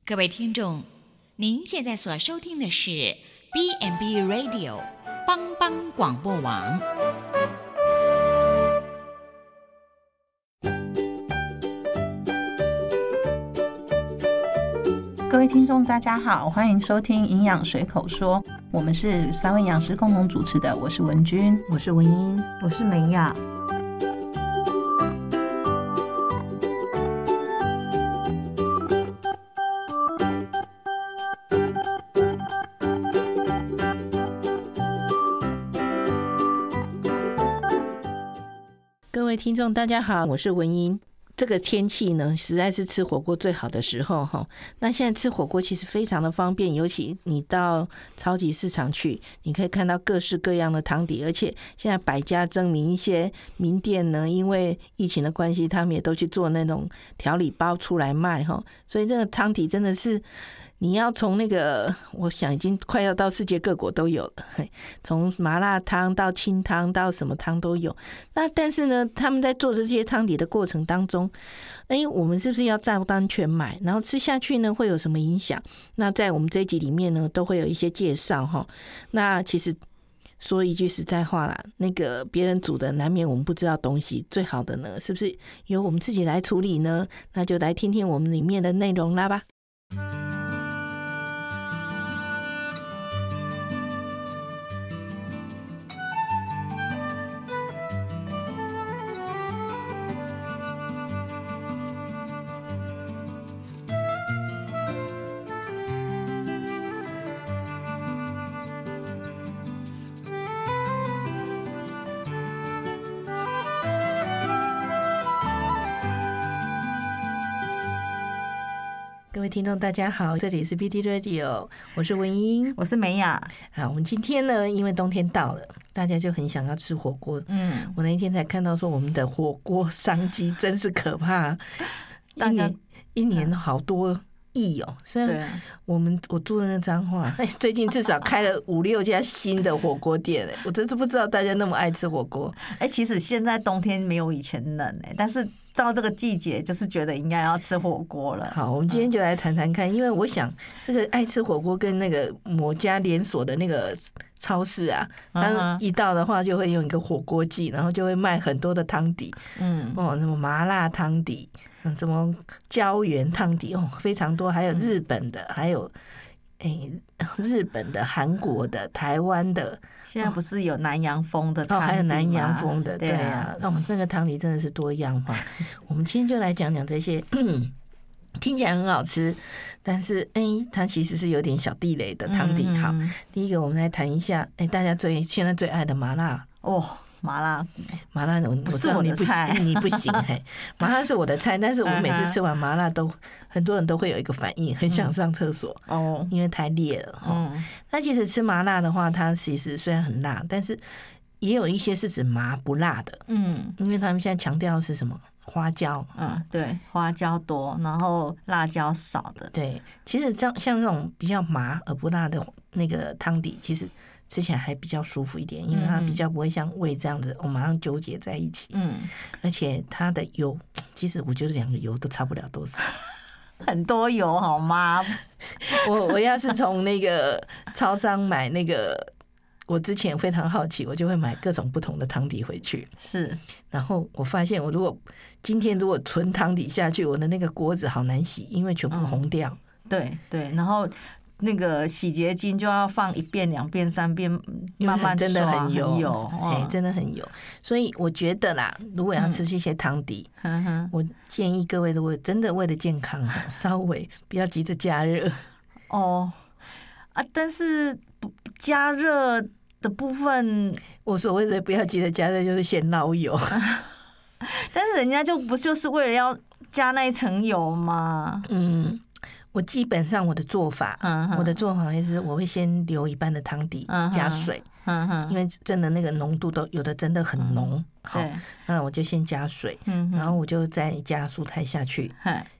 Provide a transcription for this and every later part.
各位听众，您现在所收听的是 B&B Radio 帮帮广播网。 各位听众大家好，欢迎收听营养随口说，我们是3位营养师共同主持的，我是文君， 我是文英， 我是美雅。 各位听众大家好，我是文英。这个天气呢，实在是吃火锅最好的时候哈。那现在吃火锅其实非常的方便，尤其你到超级市场去，你可以看到各式各样的汤底，而且现在百家争鸣，一些名店呢，因为疫情的关系，他们也都去做那种调理包出来卖哈。所以这个汤底真的是，你要从那个，我想已经快要到世界各国都有了，从麻辣汤到清汤到什么汤都有。那但是呢，他们在做这些汤底的过程当中，我们是不是要照单全买？然后吃下去呢，会有什么影响？那在我们这一集里面呢，都会有一些介绍哈。那其实说一句实在话啦，那个别人煮的难免我们不知道东西，最好的呢，是不是由我们自己来处理呢？那就来听听我们里面的内容啦吧。各位听众大家好，这里是 BD Radio， 我是文英， 我是美雅。 好，我们今天呢，因为冬天到了，大家就很想要吃火锅。我那一天才看到说，我们的火锅商机真是可怕，一年好多亿哦。虽然我住的那彰化，最近至少开了5-6家新的火锅店，我真是不知道大家那么爱吃火锅。 其实现在冬天没有以前冷，但是到这个季节，就是觉得应该要吃火锅了。 好，我们今天就来谈谈看，因为我想这个爱吃火锅跟那个某家连锁的那个超市啊，它一到的话就会用一个火锅季，然后就会卖很多的汤底，什么麻辣汤底，什么椒盐汤底，非常多，还有日本的，还有日本的、韩国的、台湾的。 现在不是有南洋风的汤底吗？ 还有南洋风的，对啊，那个汤底真的是多样化。我们今天就来讲讲这些听起来很好吃，但是它其实是有点小地雷的汤底。好，第一个我们来谈一下，大家现在最爱的麻辣麻辣， 不是我的菜，你不行。麻辣是我的菜，但是我每次吃完麻辣很多人都会有一个反应，很想上厕所因为太烈了。那其实吃麻辣的话，它其实虽然很辣，但是也有一些是指麻不辣的。因为他们现在强调的是什么？花椒。 对，花椒多，然后辣椒少的。 对，其实像这种比较麻而不辣的那个汤底，其实吃起来还比较舒服一点，因为它比较不会像胃这样子，我马上纠结在一起。而且它的油，其实我觉得2个油都差不了多少， 很多油好吗？ 我要是从那个超商买那个，我之前非常好奇，我就会买各种不同的汤底回去。 是， 然后我发现，今天如果纯汤底下去，我的那个锅子好难洗，因为全部红掉。 对，然后那个洗洁精就要放1遍、2遍、3遍，慢慢刷， 真的很油，真的很油。所以我觉得啦，如果要吃这些汤底，我建议各位，如果真的为了健康，稍微不要急着加热。 但是加热的部分， 我所谓的不要急着加热，就是先捞油。 但是人家就不就是为了要加那一层油吗？ 我基本上我的做法也是我会先留一半的汤底加水，因为真的那个浓度都有的真的很浓。好，那我就先加水，然后我就再加蔬菜下去，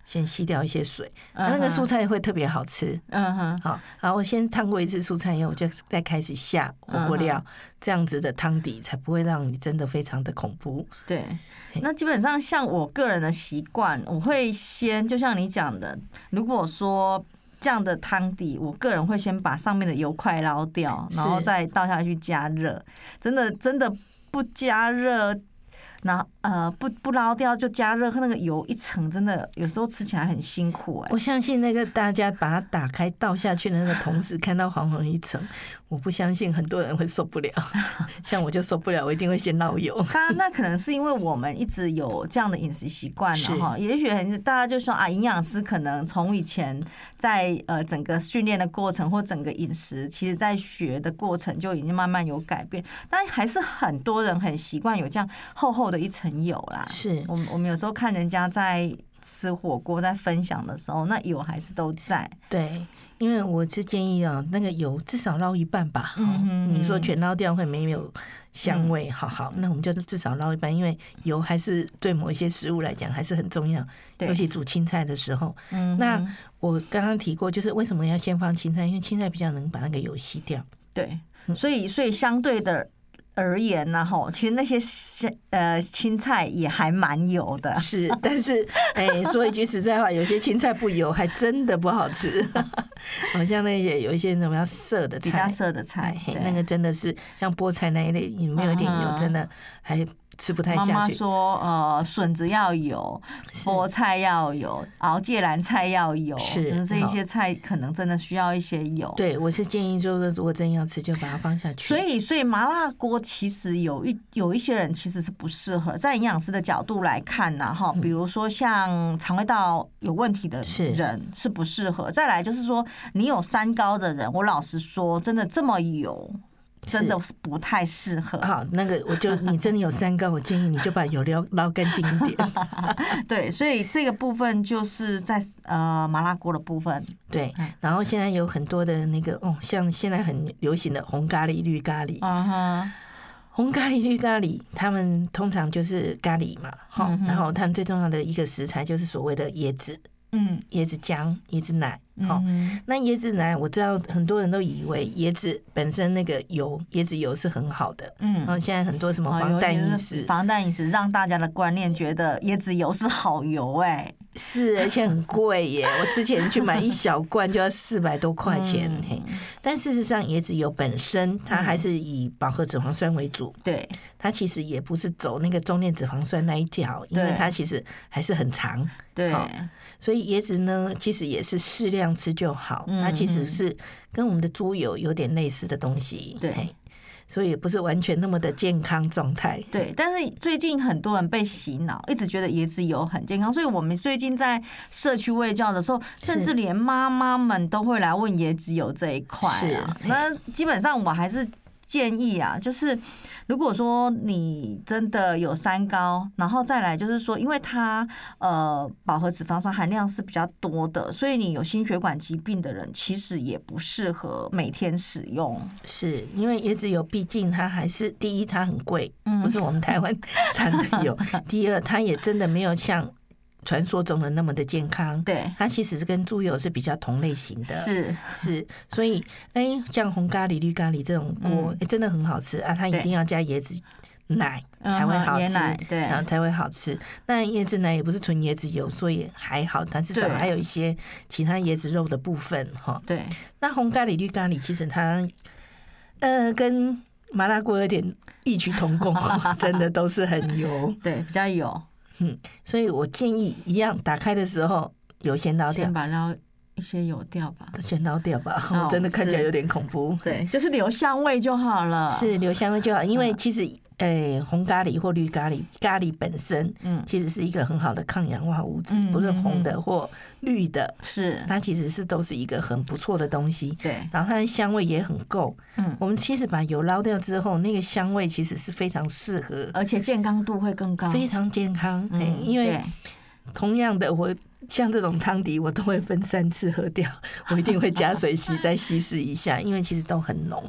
先吸掉一些水，那个蔬菜会特别好吃。好，然后我先烫过一次蔬菜以后，我就再开始下火锅料，这样子的汤底才不会让你真的非常的恐怖。 对，那基本上像我个人的习惯，我会先就像你讲的，如果说这样的汤底，我个人会先把上面的油块捞掉，然后再倒下去加热。真的不加热，然后不捞掉就加热，那个油一层，真的有时候吃起来很辛苦。 我相信那个大家把它打开倒下去的那个同时，看到黄黄一层，我不相信很多人会受不了。像我就受不了，我一定会先捞油。 当然，那可能是因为我们一直有这样的饮食习惯了哈。也许大家就说啊，营养师可能从以前在整个训练的过程或整个饮食，其实在学的过程就已经慢慢有改变，但还是很多人很习惯有这样厚厚的一层油啦。 是我们有时候看人家在吃火锅在分享的时候，那油还是都在。 对，因为我是建议啊，那个油至少捞一半吧。你说全捞掉会没有香味，好，那我们就至少捞一半，因为油还是对某一些食物来讲还是很重要，尤其煮青菜的时候。那我刚刚提过，就是为什么要先放青菜，因为青菜比较能把那个油吸掉。 对，所以相对的而言呢，其实那些青菜也还蛮油的。 是，但是说一句实在话，有些青菜不油还真的不好吃。好像那些有一些什么要涩的菜， 比较涩的菜， 那个真的是像菠菜那一类，你没有一点油，真的还吃不太下去。 妈妈说，笋子要有，菠菜要有，熬芥蓝菜要有，就是这一些菜可能真的需要一些油。 对，我是建议就是如果真要吃，就把它放下去。 所以麻辣锅其实有一些人其实是不适合，在营养师的角度来看呢，比如说像肠胃道有问题的人是不适合。再来就是说，你有三高的人，我老实说，真的这么油。真的是不太适合。 好，那个你真的有三高，我建议你就把油捞干净一点。 对，所以这个部分就是在麻辣锅的部分。 对，然后现在有很多的那个像现在很流行的红咖喱、绿咖喱。红咖喱、绿咖喱，他们通常就是咖喱嘛，然后他们最重要的一个食材就是所谓的椰子。椰子浆、椰子奶，那椰子奶我知道很多人都以为椰子本身那个油，椰子油是很好的，然后现在很多什么防弹饮食， 让大家的观念觉得椰子油是好油， 是，而且很贵耶！我之前去买一小罐就要400多块钱，但事实上椰子油本身它还是以饱和脂肪酸为主， 对， 它其实也不是走那个中链脂肪酸那一条，因为它其实还是很长， 对， 所以椰子呢其实也是适量吃就好，它其实是跟我们的猪油有点类似的东西， 对。 所以也不是完全那么的健康状态。 对，但是最近很多人被洗脑，一直觉得椰子油很健康，所以我们最近在社区卫教的时候，甚至连妈妈们都会来问椰子油这一块啊。那基本上我还是建议啊，就是如果说你真的有三高，然后再来就是说，因为它饱和脂肪酸含量是比较多的，所以你有心血管疾病的人其实也不适合每天使用。 是因为椰子油毕竟它还是第一它很贵，不是我们台湾产的油；第二它也真的没有像传说中的那么的健康， 对， 它其实是跟猪油是比较同类型的， 是， 所以像红咖喱、绿咖喱这种锅，真的很好吃啊！它一定要加椰子奶才会好吃， 对， 然后才会好吃。那椰子奶也不是纯椰子油，所以还好，但至少还有一些其他椰子肉的部分哈。 对， 那红咖喱、绿咖喱其实它跟麻辣锅有点异曲同工，真的都是很油， 对，比较油。 所以我建议一样，打开的时候油先捞掉， 先把捞一些油掉吧， 先捞掉吧。真的看起来有点恐怖。 对，就是留香味就好了。 是留香味就好，因为其实红咖喱或绿咖喱，咖喱本身其实是一个很好的抗氧化物质，不论红的或绿的， 是它其实都是一个很不错的东西。 对， 然后它的香味也很够。我们其实把油捞掉之后，那个香味其实是非常适合， 而且健康度会更高， 非常健康。因为同样的，我像这种汤底，我都会分3次喝掉，我一定会加水洗，再稀释一下，因为其实都很浓。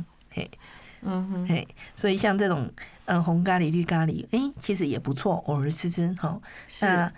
所以像这种红咖喱、绿咖喱，其实也不错，偶尔吃吃哈。那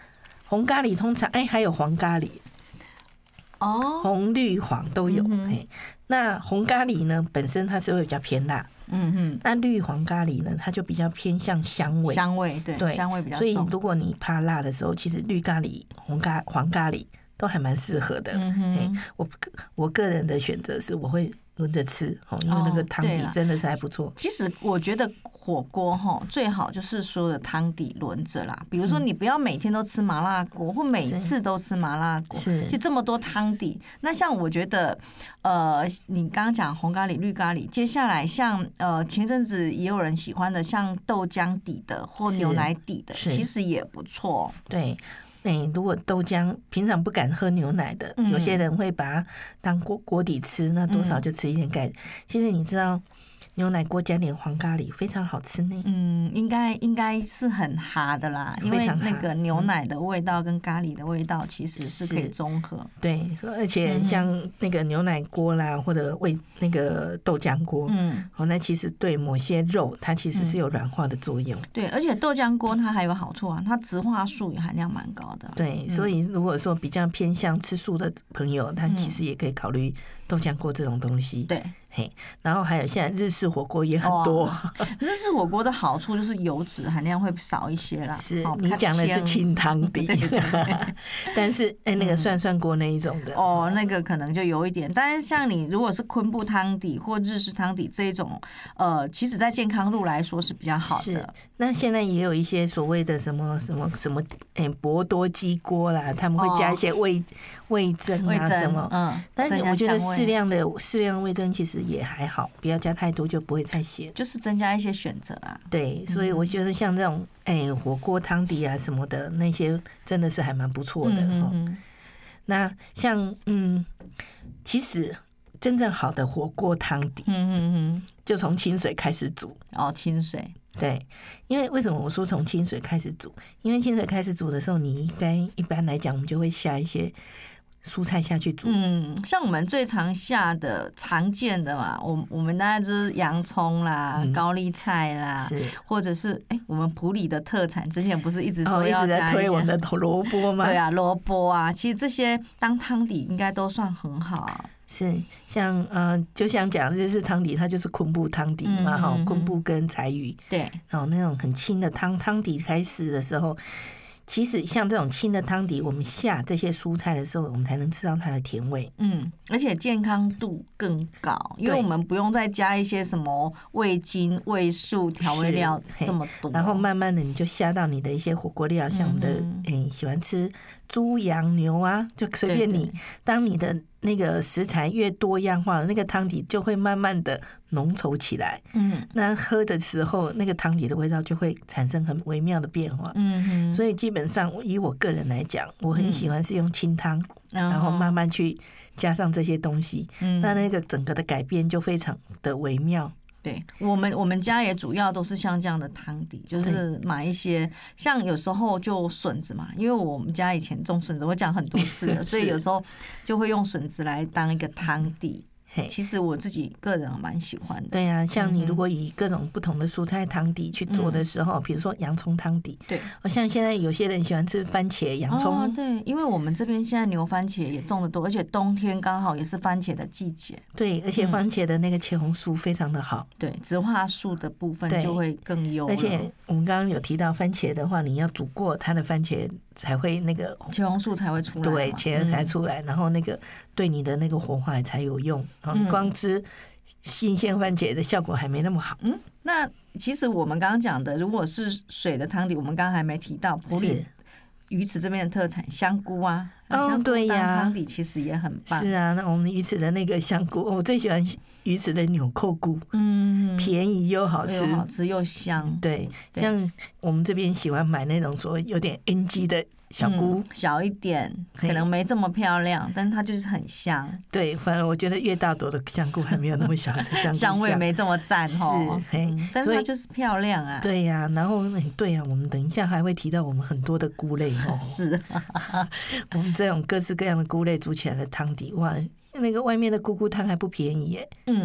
红咖喱通常还有黄咖喱。 哦， 红绿黄都有。那红咖喱呢，本身它是会比较偏辣。那绿黄咖喱呢，它就比较偏向香味。 香味对，香味比较重。 所以如果你怕辣的时候，其实绿咖喱、黄咖喱都还蛮适合的。我个人的选择是，我会轮着吃，因为那个汤底真的是还不错。 其实我觉得火锅最好就是所有的汤底轮着啦。比如说你不要每天都吃麻辣锅，或每次都吃麻辣锅。其实这么多汤底，那像我觉得你刚刚讲红咖喱、绿咖喱，接下来像前阵子也有人喜欢的，像豆浆底的或牛奶底的，其实也不错。 对。如果豆浆平常不敢喝牛奶的，有些人会把它当锅底吃，那多少就吃一点钙。其实你知道牛奶锅加点黄咖喱非常好吃呢。 应该是很哈的啦，因为那个牛奶的味道跟咖喱的味道其实是可以综合。 对，而且像那个牛奶锅啦，或者那个豆浆锅，那其实对某些肉它其实是有软化的作用。 对，而且豆浆锅它还有好处啊，它植化素也含量蛮高的。 对，所以如果说比较偏向吃素的朋友，他其实也可以考虑豆浆锅这种东西。 对。 然后还有现在日式火锅也很多。 日式火锅的好处就是油脂含量会少一些啦。 是你讲的是清汤底，但是那个涮锅那一种的那个可能就有一点。但是像你如果是昆布汤底或日式汤底这一种，其实在健康度来说是比较好的。 是，那现在也有一些所谓的什么博多鸡锅啦，他们会加一些味噌啊什么。但是我觉得适量味噌其实也还好，不要加太多就不会太咸， 就是增加一些选择啊。 对，所以我觉得像这种火锅汤底啊什么的那些真的是还蛮不错的。那像其实真正好的火锅汤底，就从清水开始煮。 清水。 对，因为为什么我说从清水开始煮？因为清水开始煮的时候，你一般来讲，我们就会下一些蔬菜下去煮。 像我们最常下的常见的嘛，我们大概就是洋葱啦、高丽菜啦，或者是我们埔里的特产，之前不是一直说要加一些， 一直在推我们的萝卜吗？ 对啊，萝卜啊，其实这些当汤底应该都算很好。 是像就像讲日式汤底，它就是昆布汤底嘛，昆布跟柴鱼。对，然后那种很清的汤底开始的时候。其实像这种清的汤底，我们下这些蔬菜的时候，我们才能吃到它的甜味。 而且健康度更高，因为我们不用再加一些什么味精、味素、调味料这么多。 然后慢慢的你就下到你的一些火锅料，像我们的喜欢吃猪、羊、牛啊，就随便你。当你的那个食材越多样化，那个汤底就会慢慢的浓稠起来。那喝的时候，那个汤底的味道就会产生很微妙的变化。所以基本上以我个人来讲，我很喜欢是用清汤，然后慢慢去加上这些东西，那个整个的改变就非常的微妙。 对，我们家也主要都是像这样的汤底，就是买一些像有时候就笋子嘛，因为我们家以前种笋子，我讲很多次了，所以有时候就会用笋子来当一个汤底。其实我自己个人蛮喜欢的。 对啊，像你如果以各种不同的蔬菜汤底去做的时候，比如说洋葱汤底， 对， 像现在有些人喜欢吃番茄洋葱， 对，因为我们这边现在牛番茄也种得多，而且冬天刚好也是番茄的季节。 对，而且番茄的那个茄红素非常的好， 对，植化素的部分就会更优。 而且我们刚刚有提到番茄的话，你要煮过它的番茄才会那个茄红素才会出来， 对，茄才出来，然后那个对你的那个活化才有用。你光吃新鲜番茄的效果还没那么好。 那其实我们刚刚讲的，如果是水的汤底，我们刚刚还没提到埔里鱼池这边的特产香菇啊，香菇当汤底其实也很棒。 是啊，那我们鱼池的那个香菇，我最喜欢鱼池的纽扣菇，便宜又好吃， 又好吃又香。 对，像我们这边喜欢买那种说有点 NG 的小菇， 小一点，可能没这么漂亮，但它就是很香。 对，反正我觉得越大朵的香菇还没有那么小， 香味没这么赞哦。但是它就是漂亮啊。 对呀，然后对呀，我们等一下还会提到我们很多的菇类哦。 是， 我们这种各式各样的菇类煮起来的汤底，哇，那个外面的菇菇汤还不便宜耶。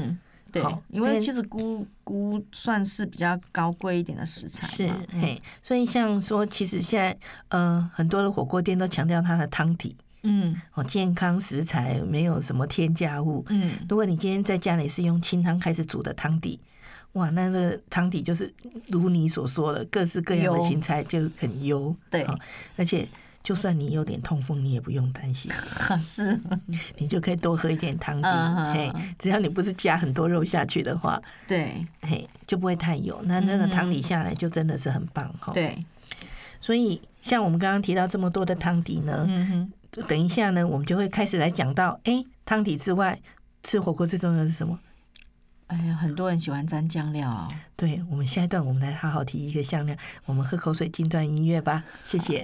对，因为其实菇算是比较高贵一点的食材是，所以像说，其实现在很多的火锅店都强调它的汤底，健康食材，没有什么添加物，如果你今天在家里是用清汤开始煮的汤底，哇，那这个汤底就是如你所说的，各式各样的芹菜就很优， 对， 而且就算你有点痛风，你也不用担心， 是， 你就可以多喝一点汤底，只要你不是加很多肉下去的话， 对， 就不会太油，那个汤底下来就真的是很棒， 对。 所以像我们刚刚提到这么多的汤底呢，等一下呢，我们就会开始来讲到，汤底之外，吃火锅最重要的是什么？ 哎呀，很多人喜欢沾酱料啊。 对，我们下一段我们来好好提一个酱料，我们喝口水进段音乐吧，谢谢。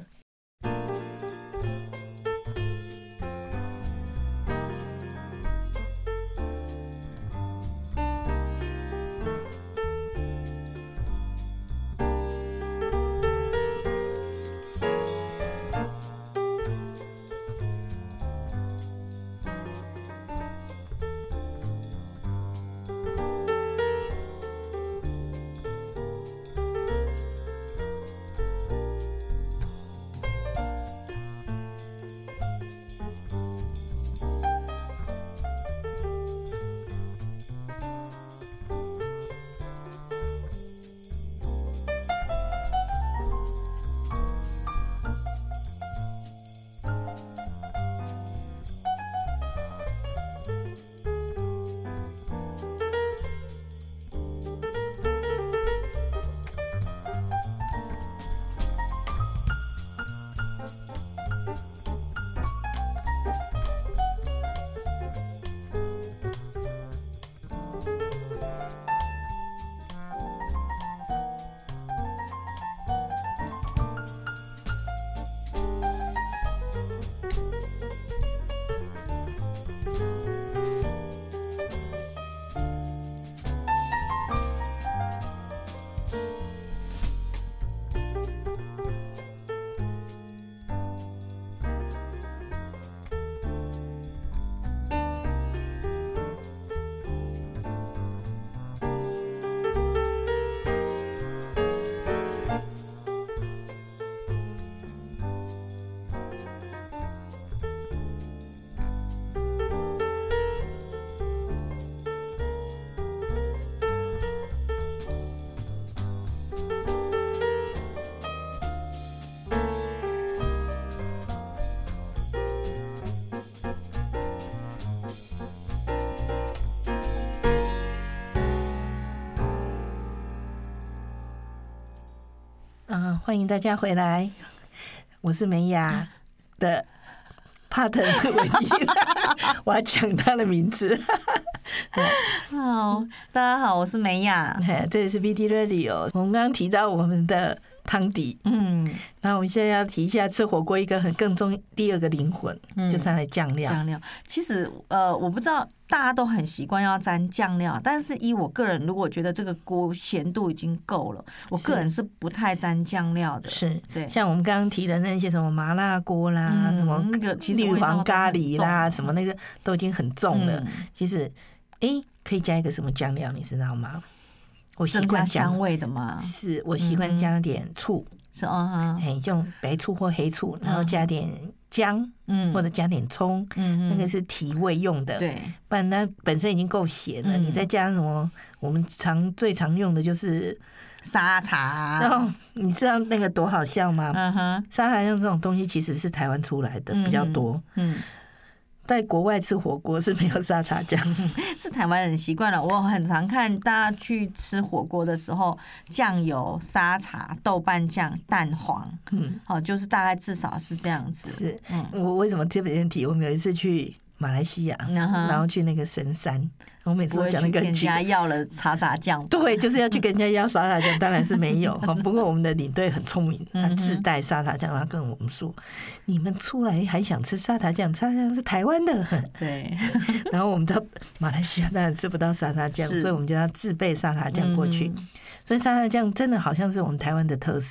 欢迎大家回来，我是美雅的帕特文音，我要讲他的名字。 好，大家好，我是美雅， 这里是 BD Radio。我们刚刚提到我们的汤底，然后我们现在要提一下吃火锅一个更重第二个灵魂，就是它的酱料。 酱料，其实我不知道大家都很习惯要沾酱料，但是依我个人，如果觉得这个锅咸度已经够了，我个人是不太沾酱料的。 是， 对， 像我们刚刚提的那些什么麻辣锅啦，什么那个绿黄咖喱啦，什么那个都已经很重了。其实，可以加一个什么酱料，你知道吗？我习惯香味的吗？ 是我习惯加点醋， 是用白醋或黑醋，然后加点姜，或者加点葱，那个是提味用的。 对， 不然它本身已经够咸了，你再加什么？我们最常用的就是沙茶。 然后你知道那个多好笑吗？沙茶酱这种东西其实是台湾出来的比较多。在国外吃火锅是没有沙茶酱， 是台湾人习惯了。我很常看大家去吃火锅的时候，酱油、沙茶、豆瓣酱、蛋黄，就是大概至少是这样子。 是，我为什么特别提？我们有一次去马来西亚，然后去那个神山，我每次都讲那个人家要了沙茶酱， 对，就是要去跟人家要沙茶酱，当然是没有。不过我们的领队很聪明，他自带沙茶酱，他跟我们说：“你们出来还想吃沙茶酱？沙茶酱是台湾的。” 对。 然后我们到马来西亚当然吃不到沙茶酱，所以我们就要自备沙茶酱过去。所以沙茶酱真的好像是我们台湾的特色。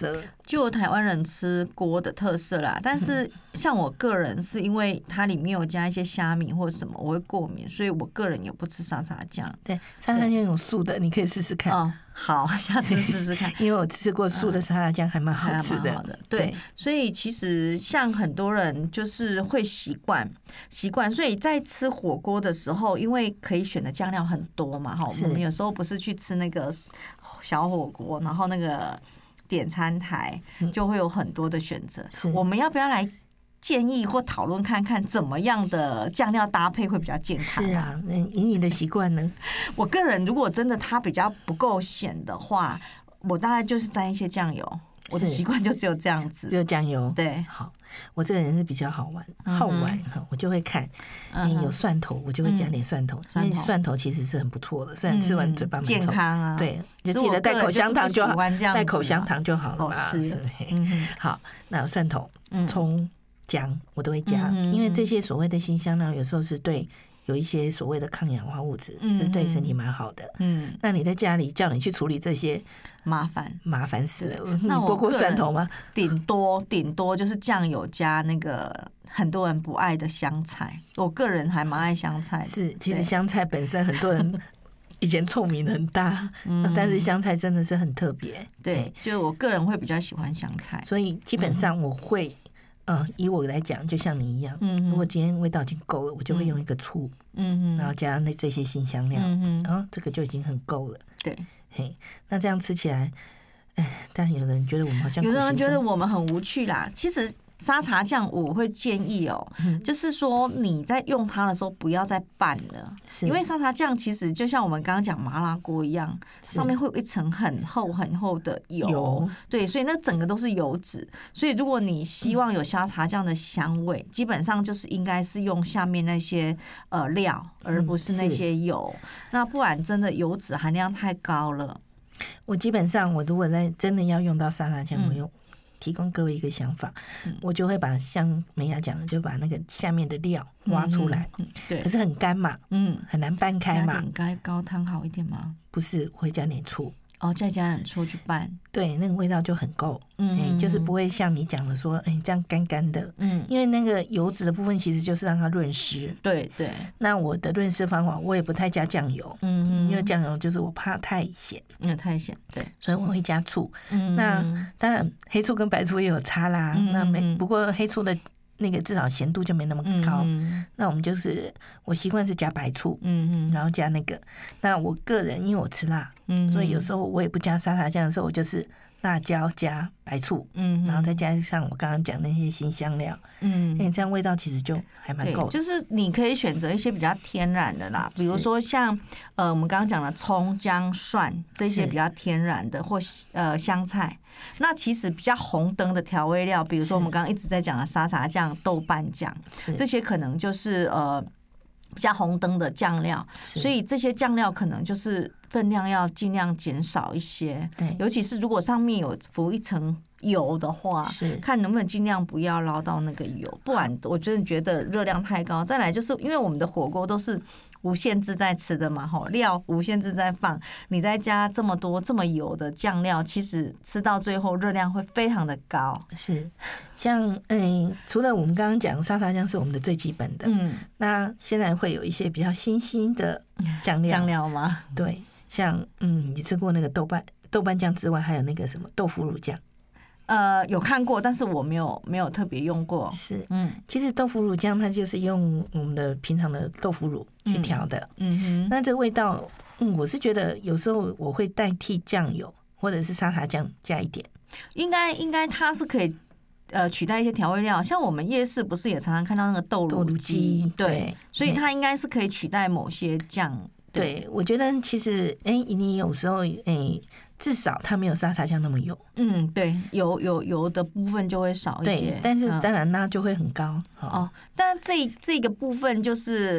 就台湾人吃锅的特色啦，但是像我个人是因为它里面有加一些虾米或什么，我会过敏，所以我个人也不吃沙茶酱。 对，沙茶酱有素的，你可以试试看。 哦，好，下次试试看， 因为我吃过素的沙茶酱，还蛮好吃的。 对，所以其实像很多人就是会习惯，所以在吃火锅的时候，因为可以选的酱料很多嘛，哈，我们有时候不是去吃那个小火锅，然后那个点餐台就会有很多的选择。我们要不要来建议或讨论看看怎么样的酱料搭配会比较健康？ 是啊，以你的习惯呢？ 我个人如果真的它比较不够咸的话，我大概就是沾一些酱油。我的习惯就只有这样子， 只有酱油。 对， 好，我这个人是比较好玩，我就会看，有蒜头，我就会加点蒜头，因为蒜头其实是很不错的，虽然吃完嘴巴蛮臭， 健康啊。 对，就记得带口香糖就好，带口香糖就好了嘛。是，好，那有蒜头、葱、姜，我都会加，因为这些所谓的辛香料，有时候是对。有一些所谓的抗氧化物质是对身体蛮好的。那你在家里叫你去处理这些，麻烦死了。那我剥过蒜头吗？ 顶多就是酱油加那个很多人不爱的香菜。我个人还蛮爱香菜的。 是，其实香菜本身很多人以前臭名很大，但是香菜真的是很特别。 对，就我个人会比较喜欢香菜， 所以基本上我会。以我来讲，就像你一样，如果今天味道已经够了，我就会用一个醋，然后加这些辛香料，然后这个就已经很够了。 对， 嘿，那这样吃起来，但有人觉得我们好像， 有人觉得我们很无趣啦。其实沙茶酱我会建议就是说你在用它的时候不要再拌了，因为沙茶酱其实就像我们刚刚讲麻辣锅一样，上面会有一层很厚的油，对，所以那整个都是油脂。所以如果你希望有沙茶酱的香味，基本上就是应该是用下面那些料，而不是那些油。那不然真的油脂含量太高了。 我基本上我如果真的要用到沙茶酱，我用。提供各位一个想法，我就会把像美雅讲的，就把那个下面的料挖出来， 对， 可是很干嘛，很难拌开嘛， 加点高汤好一点吗？ 不是，我会加点醋， 再加点醋去拌， 对，那个味道就很够，就是不会像你讲的说，这样干干的，因为那个油脂的部分其实就是让它润湿， 对。 那我的润湿方法，我也不太加酱油，因为酱油就是我怕太咸， 太咸，对， 所以我会加醋。那当然黑醋跟白醋也有差啦，不过黑醋的那个至少咸度就没那么高，那我们就是我习惯是加白醋，然后加那个。那我个人因为我吃辣，所以有时候我也不加沙茶酱的时候，我就是辣椒加白醋，然后再加上我刚刚讲那些辛香料，这样味道其实就还蛮够的。 就是你可以选择一些比较天然的啦，比如说像我们刚刚讲的葱、姜、蒜这些比较天然的，或香菜。那其实比较红灯的调味料，比如说我们刚刚一直在讲的沙茶酱、豆瓣酱，这些可能就是比较红灯的酱料，所以这些酱料可能就是分量要尽量减少一些。对，尤其是如果上面有浮一层油的话，看能不能尽量不要捞到那个油，不然我真的觉得热量太高。再来就是因为我们的火锅都是无限制在吃的嘛，料无限制在放，你再加这么多这么油的酱料，其实吃到最后热量会非常的高。 是，像除了我们刚刚讲沙茶酱是我们的最基本的，那现在会有一些比较新兴的酱料吗？ 对，像你吃过那个豆瓣酱之外，还有那个什么豆腐乳酱。 有看过，但是我没有特别用过。 是，其实豆腐乳酱它就是用我们的平常的豆腐乳去调的。那这个味道，我是觉得有时候我会代替酱油或者是沙茶酱加一点。 应该它是可以取代一些调味料，像我们夜市不是也常常看到那个豆乳鸡，对，所以它应该是可以取代某些酱。 对，我觉得其实你有时候至少它没有沙茶酱那么油。 对，油的部分就会少一些， 但是当然那就会很高但这个部分就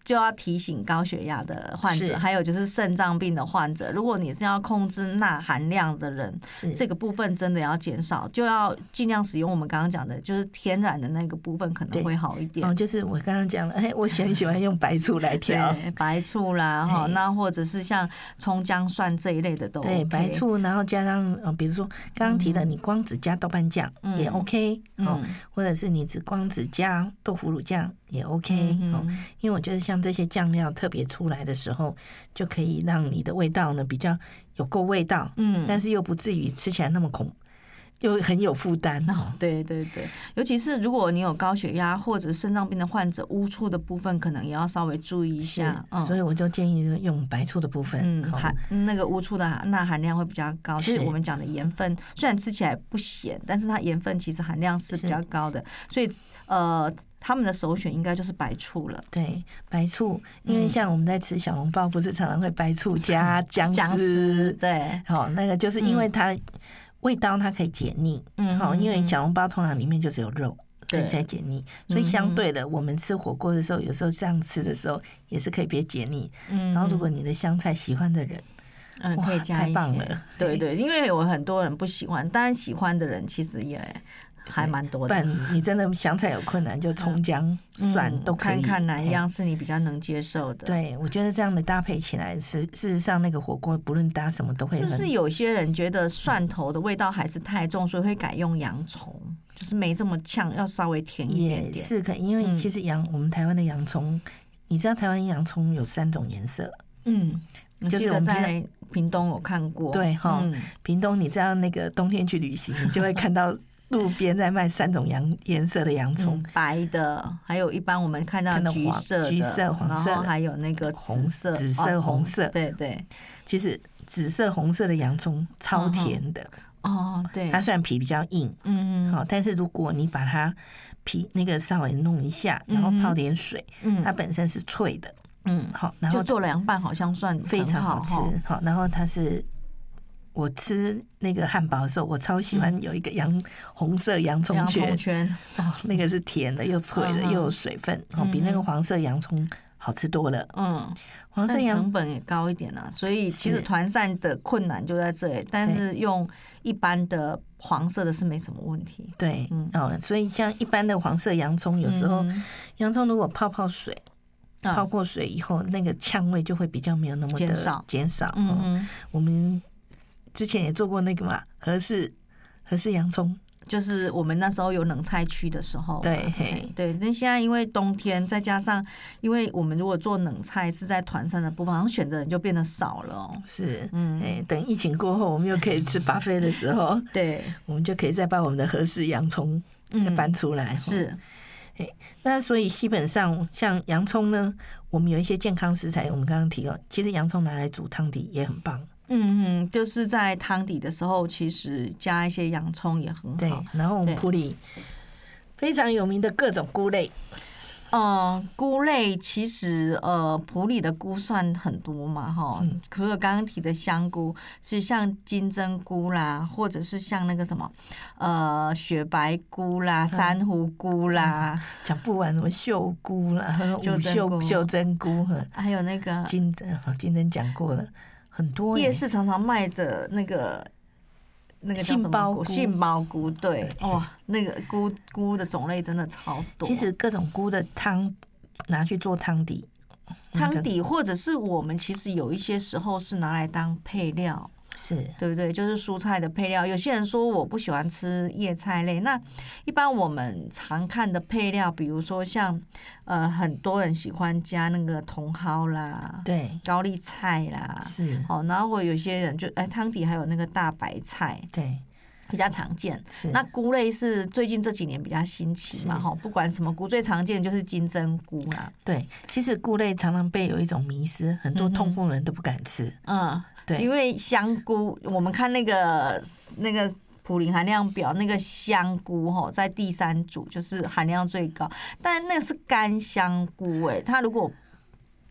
就要提醒高血压的患者，还有就是肾脏病的患者，如果你是要控制钠含量的人，这个部分真的要减少，就要尽量使用我们刚刚讲的，就是天然的那个部分可能会好一点。 就是我刚刚讲了，我很喜欢用白醋来调， 白醋啦，那或者是像葱姜蒜这一类的都 OK。 对，白醋，然后加上比如说刚刚提的，你光只加豆瓣酱也 OK，或者是你光只加豆腐乳酱也 OK，因为我觉得像这些酱料特别出来的时候，就可以让你的味道呢比较有够味道，但是又不至于吃起来那么又很有负担。 对对对，尤其是如果你有高血压或者肾脏病的患者，污醋的部分可能也要稍微注意一下。 所以我就建议用白醋的部分， 那个污醋的钠含量会比较高，是我们讲的盐分，虽然吃起来不咸，但是它盐分其实含量是比较高的，所以他们的首选应该就是白醋了。 对，白醋，因为像我们在吃小笼包，不是常常会白醋加姜丝， 对， 那个就是因为它味道它可以解腻，因为小笼包通常里面就只有肉，所以才解腻，所以相对的，我们吃火锅的时候，有时候这样吃的时候也是可以别解腻。然后如果你的香菜喜欢的人， 可以加一些， 太棒了。 对对，因为有很多人不喜欢，当然喜欢的人其实也还蛮多的。 不然你真的香菜有困难，就葱姜蒜都可以， 看看哪一样是你比较能接受的。 对，我觉得这样的搭配起来，事实上那个火锅不论搭什么都会就是有些人觉得蒜头的味道还是太重，所以会改用洋葱，就是没这么呛，要稍微甜一点点。 也是可以，因为其实我们台湾的洋葱，你知道台湾洋葱有3种颜色， 就是我们在屏东有看过。 对屏东你知道那个冬天去旅行，你就会看到路边在卖3种颜色的洋葱， 白的，还有一般我们看到橘色、黄色，然后还有那个紫色、红色。对对， 其实紫色、红色的洋葱超甜的。 对， 它虽然皮比较硬，但是如果你把它皮那个稍微弄一下，然后泡点水，它本身是脆的，然后就做凉拌，好像算非常好吃。然后它是我吃那个汉堡的时候，我超喜欢有一个红色洋葱圈，那个是甜的又脆的又有水分，比那个黄色洋葱好吃多了。黄色成本也高一点啊，所以其实团扇的困难就在这里，但是用一般的黄色的是没什么问题。 对，所以像一般的黄色洋葱，有时候洋葱如果泡水，泡过水以后，那个呛味就会比较没有那么的减少。我们之前也做过那个嘛，和式洋葱。 就是我们那时候有冷菜区的时候，对，那现在因为冬天，再加上因为我们如果做冷菜是在团扇的部分，好像选的人就变得少了。 是，等疫情过后，我们又可以吃buffet的时候， 对， 我们就可以再把我们的和式洋葱再搬出来。 是， 那所以基本上像洋葱呢，我们有一些健康食材，我们刚刚提到，其实洋葱拿来煮汤底也很棒。 就是在汤底的时候，其实加一些洋葱也很好。 对，然后我们埔里非常有名的各种菇类。 菇类其实埔里的菇算很多嘛，除了刚刚提的香菇，是像金针菇啦，或者是像那个什么雪白菇啦、珊瑚菇啦， 讲不完，什么秀菇啦、秀珍菇， 还有那个金针讲过了。很多夜市常常卖的那个叫什么菇？杏鲍菇，对，那个菇的种类真的超多。 其实各种菇的汤拿去做汤底， 或者是我们其实有一些时候是拿来当配料。 是对不对？就是蔬菜的配料。有些人说我不喜欢吃叶菜类，那一般我们常看的配料，比如说像很多人喜欢加那个茼蒿啦， 对， 高丽菜啦， 是然后我有些人就汤底还有那个大白菜， 对， 比较常见。 是那菇类是最近这几年比较兴起嘛，不管什么菇，最常见的就是金针菇啦。 对，其实菇类常常被有一种迷思，很多痛风人都不敢吃。 对，因为香菇，我们看那个普林含量表，那个香菇在第3组就是含量最高，但那个是干香菇它如果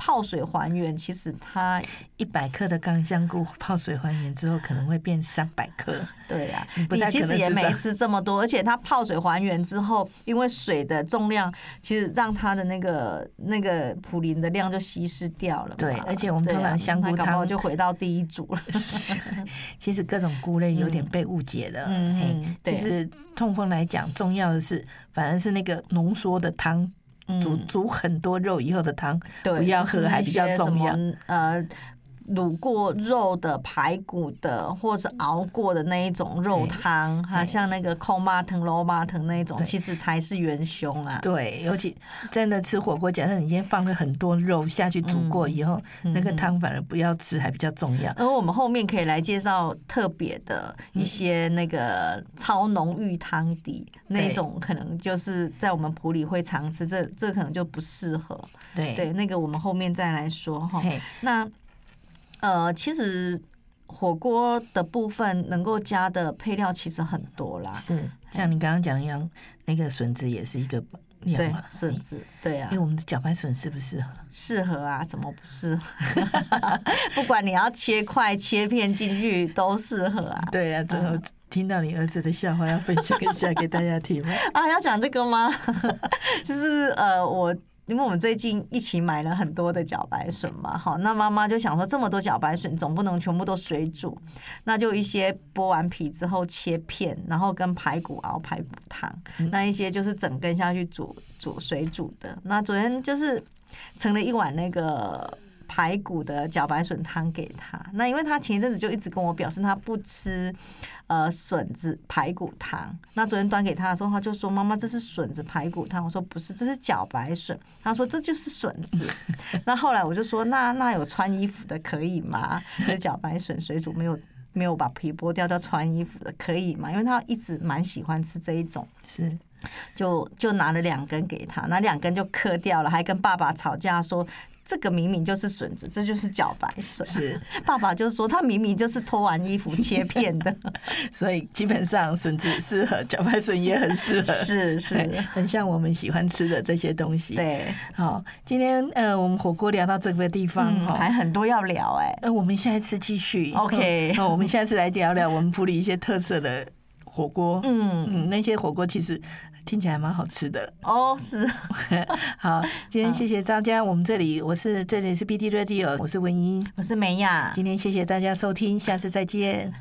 泡水还原，其实它 100克的干香菇泡水还原之后，可能会变300克。 对啊， 你其实也没吃这么多，而且它泡水还原之后，因为水的重量其实让它的那个普林的量就稀释掉了嘛。 对，而且我们通常香菇汤就回到第一组了。 其实各种菇类有点被误解了。其实痛风来讲，重要的是反而是那个浓缩的汤，煮很多肉以后的汤，不要喝还比较重要。 卤过肉的、排骨的，或者熬过的那一种肉汤，像那个扣麻藤、肉麻藤那一种，其实才是元凶啊。 对，尤其真的吃火锅，假设你今天放了很多肉下去煮过以后，那个汤反而不要吃，还比较重要。 而我们后面可以来介绍特别的一些那个超浓郁汤底，那种可能就是在我们埔里会常吃，这可能就不适合。对，那个我们后面再来说哈。那其实火锅的部分能够加的配料其实很多啦， 是像你刚刚讲的一样，那个笋子也是一个量嘛， 笋子，对啊。 我们的茭白笋适不适合？ 适合啊，怎么不适合？不管你要切块、切片进去，都适合啊。 对啊，最后听到你儿子的笑话，要分享一下给大家听吗？ 要讲这个吗？就是因为我们最近一起买了很多的茭白笋嘛，好，那妈妈就想说这么多茭白笋总不能全部都水煮，那就一些剥完皮之后切片，然后跟排骨熬排骨汤，那一些就是整根下去煮水煮的。那昨天就是盛了一碗那个排骨的茭白笋汤给他，那因为他前一阵子就一直跟我表示他不吃笋子排骨汤，那昨天端给他的时候，他就说妈妈这是笋子排骨汤，我说不是，这是茭白笋，他说这就是笋子。那后来我就说那有穿衣服的可以吗？就是茭白笋水煮没有把皮剥掉叫穿衣服的可以吗？因为他一直蛮喜欢吃这一种， 是就拿了2根给他，那2根就嗑掉了，还跟爸爸吵架说这个明明就是笋子，这就是茭白笋。 是爸爸就说他明明就是脱完衣服切片的， 所以基本上笋子适合，茭白笋也很适合， 是很像我们喜欢吃的这些东西。 对， 好，今天我们火锅聊到这个地方， 还很多要聊我们下一次继续。 OK， 我们下次来聊聊我们埔里一些特色的火锅。那些火锅其实听起来蛮好吃的是。 好，今天谢谢大家，我们这里是 BD Radio， 我是文英， 我是美雅， 今天谢谢大家收听，下次再见。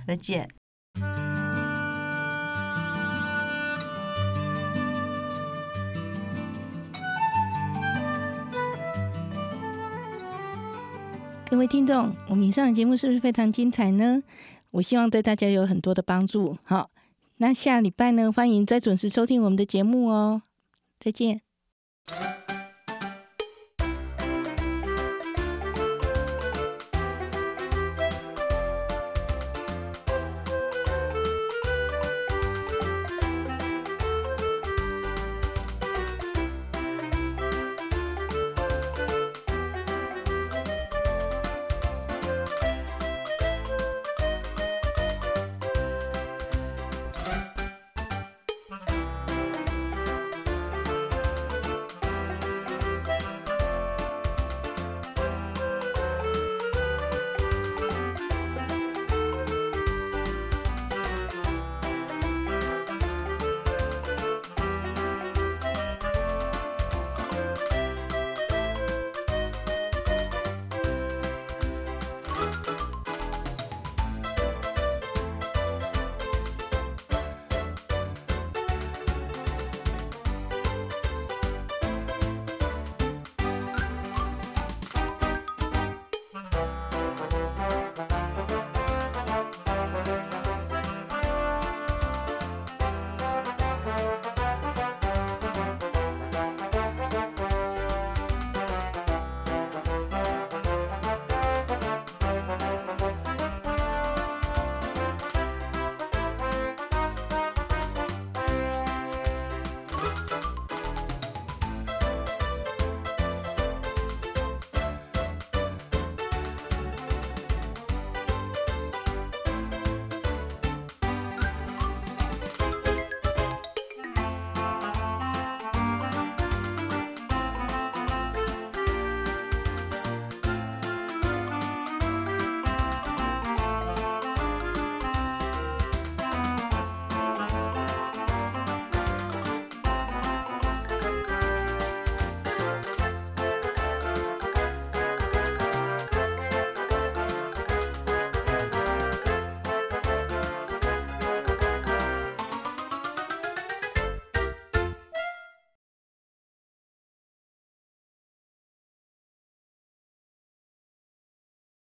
各位听众，我们以上的节目是不是非常精彩呢？我希望对大家有很多的帮助。好，那下礼拜呢，欢迎再准时收听我们的节目哦。再见。